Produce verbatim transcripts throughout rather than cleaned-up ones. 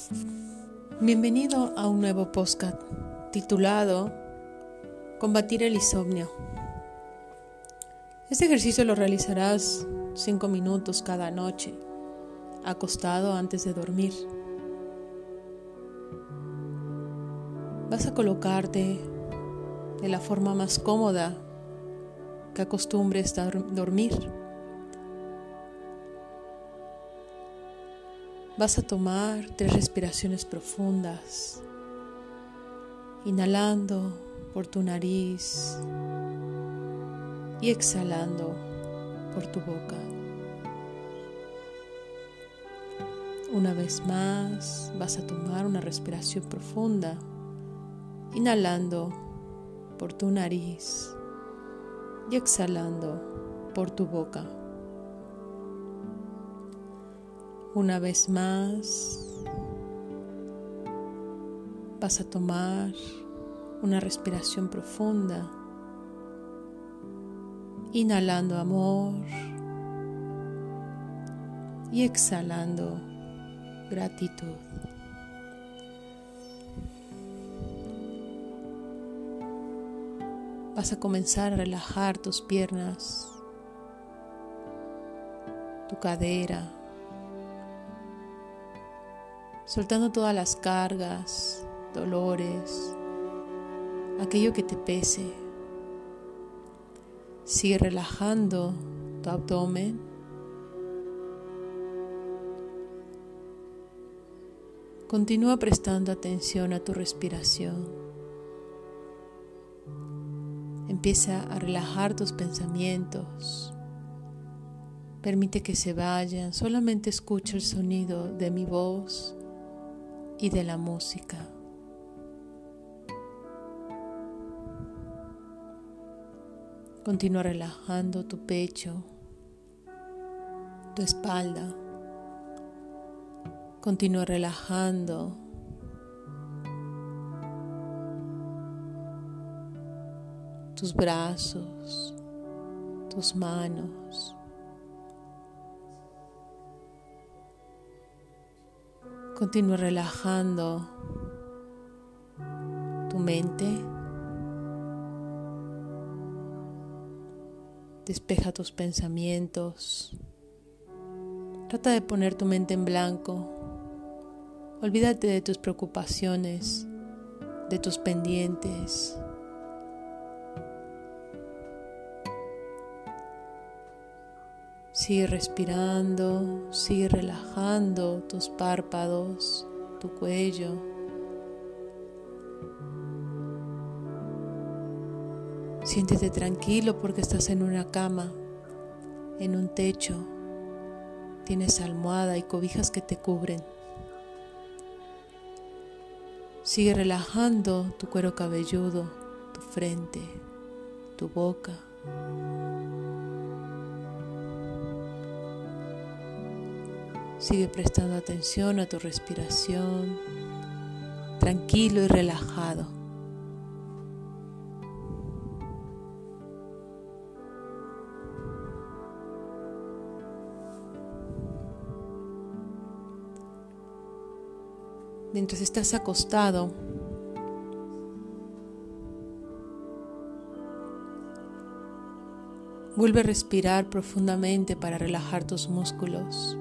Bienvenido a un nuevo podcast titulado Combatir el insomnio. Este ejercicio lo realizarás cinco minutos cada noche, acostado antes de dormir. Vas a colocarte de la forma más cómoda que acostumbres a dormir. Vas a tomar tres respiraciones profundas, inhalando por tu nariz y exhalando por tu boca. Una vez más, vas a tomar una respiración profunda, inhalando por tu nariz y exhalando por tu boca. Una vez más, vas a tomar una respiración profunda, inhalando amor y exhalando gratitud. Vas a comenzar a relajar tus piernas, tu cadera, soltando todas las cargas, dolores, aquello que te pese. Sigue relajando tu abdomen. Continúa prestando atención a tu respiración. Empieza a relajar tus pensamientos. Permite que se vayan. Solamente escucha el sonido de mi voz y de la música. Continúa relajando tu pecho, tu espalda. Continúa relajando tus brazos, tus manos. Continúa relajando tu mente. Despeja tus pensamientos. Trata de poner tu mente en blanco. Olvídate de tus preocupaciones, de tus pendientes. Sigue respirando, sigue relajando tus párpados, tu cuello. Siéntete tranquilo porque estás en una cama, en un techo. Tienes almohada y cobijas que te cubren. Sigue relajando tu cuero cabelludo, tu frente, tu boca. Sigue prestando atención a tu respiración, tranquilo y relajado. Mientras estás acostado, vuelve a respirar profundamente para relajar tus músculos.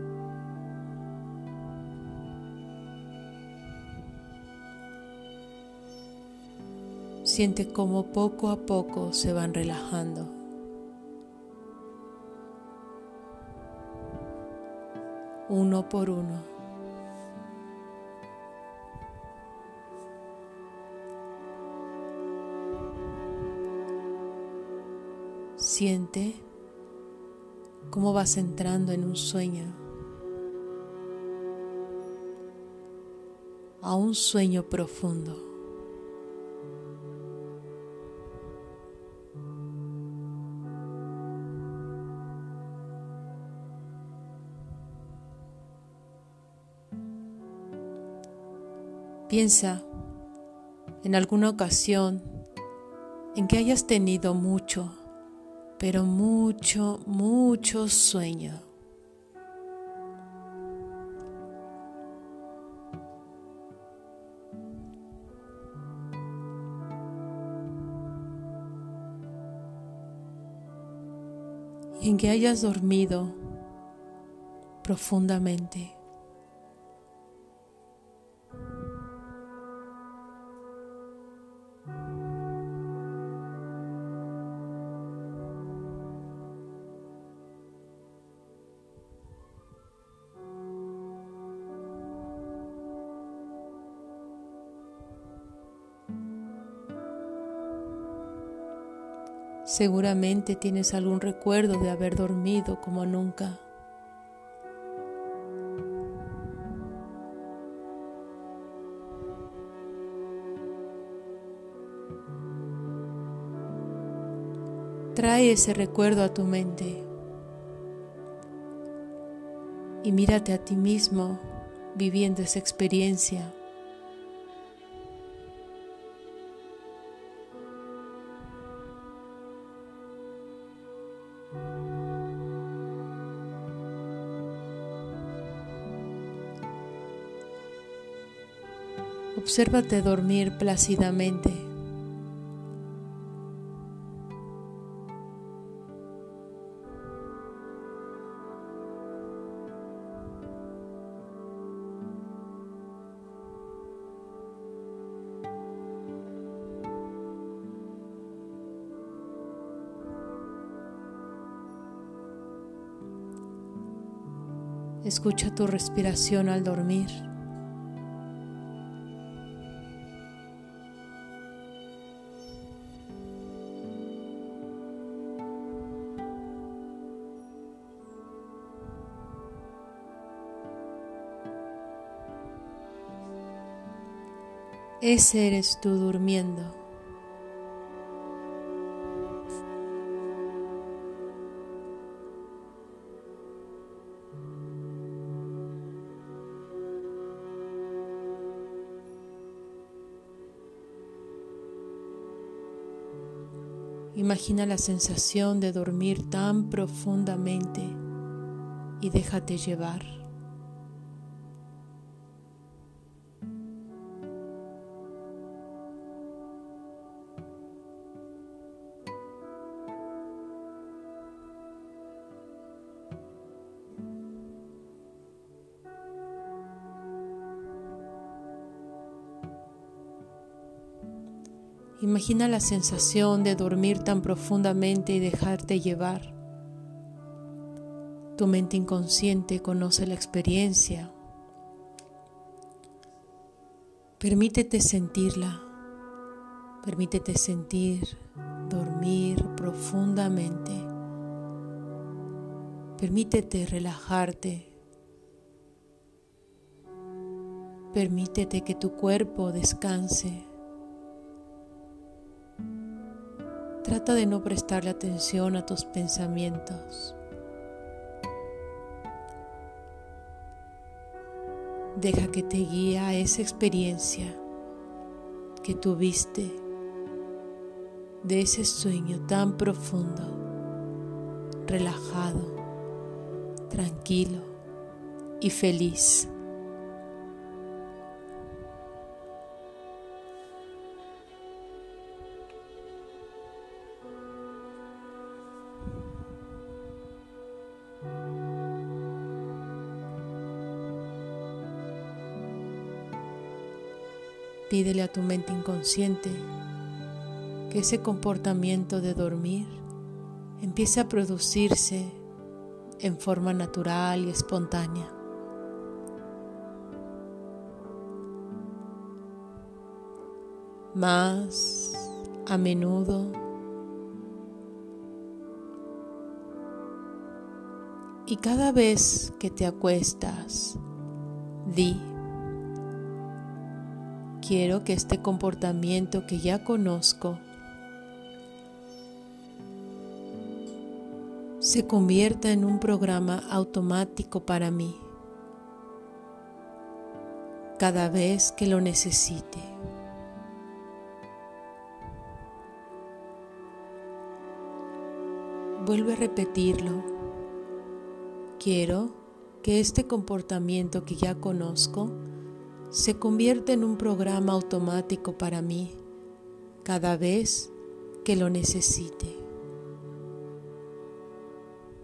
Siente cómo poco a poco se van relajando. Uno por uno. Siente cómo vas entrando en un sueño, a un sueño profundo. Piensa en alguna ocasión en que hayas tenido mucho, pero mucho, mucho sueño. y en que hayas dormido profundamente. Seguramente tienes algún recuerdo de haber dormido como nunca. Trae ese recuerdo a tu mente y mírate a ti mismo viviendo esa experiencia. Obsérvate dormir plácidamente. Escucha tu respiración al dormir. Ese eres tú durmiendo. Imagina la sensación de dormir tan profundamente y déjate llevar. Imagina la sensación de dormir tan profundamente y dejarte llevar. Tu mente inconsciente conoce la experiencia. Permítete sentirla. Permítete sentir, dormir profundamente. Permítete relajarte. Permítete que tu cuerpo descanse. Trata de no prestarle atención a tus pensamientos. Deja que te guíe a esa experiencia que tuviste de ese sueño tan profundo, relajado, tranquilo y feliz. Pídele a tu mente inconsciente que ese comportamiento de dormir empiece a producirse en forma natural y espontánea. Más a menudo y cada vez que te acuestas, di: quiero que este comportamiento que ya conozco se convierta en un programa automático para mí cada vez que lo necesite. Vuelve a repetirlo. Quiero que este comportamiento que ya conozco se convierta en un programa automático para mí cada vez que lo necesite.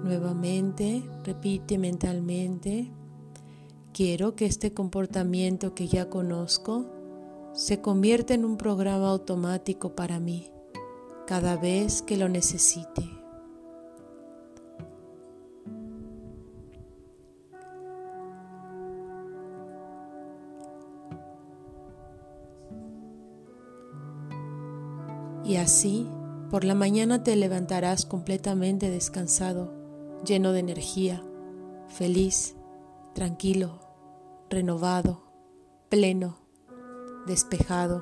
Nuevamente, repite mentalmente: quiero que este comportamiento que ya conozco se convierta en un programa automático para mí cada vez que lo necesite. Y así, por la mañana te levantarás completamente descansado, lleno de energía, feliz, tranquilo, renovado, pleno, despejado.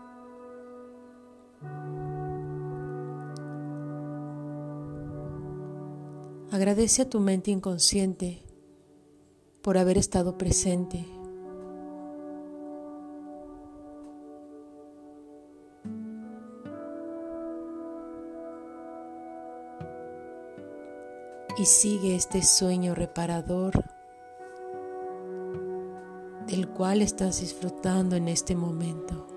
Agradece a tu mente inconsciente por haber estado presente. Y sigue este sueño reparador del cual estás disfrutando en este momento.